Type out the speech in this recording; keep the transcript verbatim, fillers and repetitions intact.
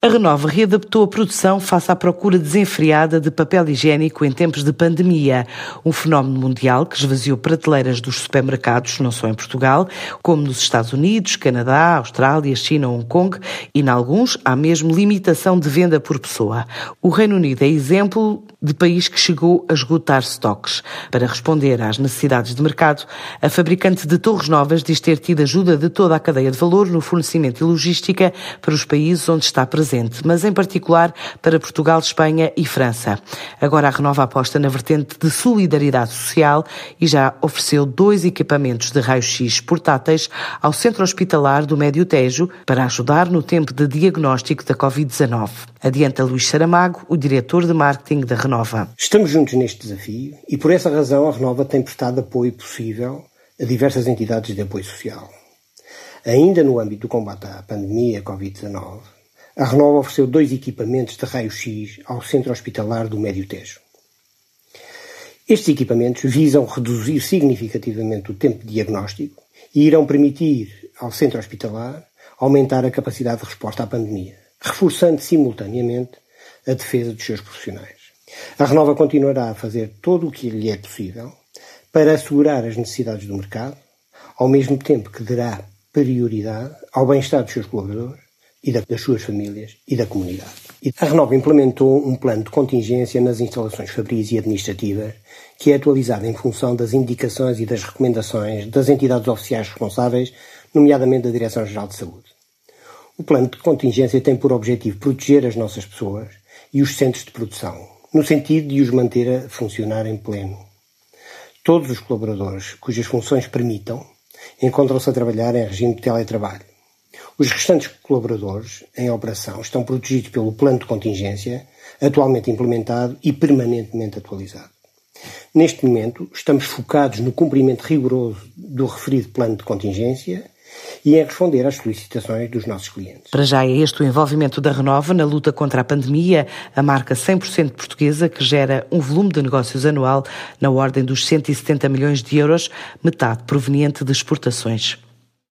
A Renova readaptou a produção face à procura desenfreada de papel higiênico em tempos de pandemia, um fenómeno mundial que esvaziou prateleiras dos supermercados, não só em Portugal, como nos Estados Unidos, Canadá, Austrália, China, Hong Kong, e, em alguns, há mesmo limitação de venda por pessoa. O Reino Unido é exemplo de país que chegou a esgotar estoques. Para responder às necessidades de mercado, a fabricante de torres novas diz ter tido ajuda de toda a cadeia de valor no fornecimento e logística para os países onde está presente, mas em particular para Portugal, Espanha e França. Agora a Renova aposta na vertente de solidariedade social e já ofereceu dois equipamentos de raio-x portáteis ao Centro Hospitalar do Médio Tejo para ajudar no tempo de diagnóstico da covid dezanove. Adianta Luís Saramago, o diretor de marketing da Renova. Estamos juntos neste desafio e por essa razão a Renova tem prestado apoio possível a diversas entidades de apoio social. Ainda no âmbito do combate à pandemia covid dezanove, a Renova ofereceu dois equipamentos de raio-x ao Centro Hospitalar do Médio Tejo. Estes equipamentos visam reduzir significativamente o tempo de diagnóstico e irão permitir ao Centro Hospitalar aumentar a capacidade de resposta à pandemia, reforçando simultaneamente a defesa dos seus profissionais. A Renova continuará a fazer todo o que lhe é possível para assegurar as necessidades do mercado, ao mesmo tempo que dará prioridade ao bem-estar dos seus colaboradores e das suas famílias e da comunidade. A Renova implementou um plano de contingência nas instalações fabris e administrativas que é atualizado em função das indicações e das recomendações das entidades oficiais responsáveis, nomeadamente da Direção-Geral de Saúde. O plano de contingência tem por objetivo proteger as nossas pessoas e os centros de produção, no sentido de os manter a funcionar em pleno. Todos os colaboradores cujas funções permitam encontram-se a trabalhar em regime de teletrabalho. Os restantes colaboradores em operação estão protegidos pelo plano de contingência, atualmente implementado e permanentemente atualizado. Neste momento, estamos focados no cumprimento rigoroso do referido plano de contingência e em responder às solicitações dos nossos clientes. Para já é este o envolvimento da Renova na luta contra a pandemia, a marca cem por cento portuguesa que gera um volume de negócios anual na ordem dos cento e setenta milhões de euros, metade proveniente de exportações.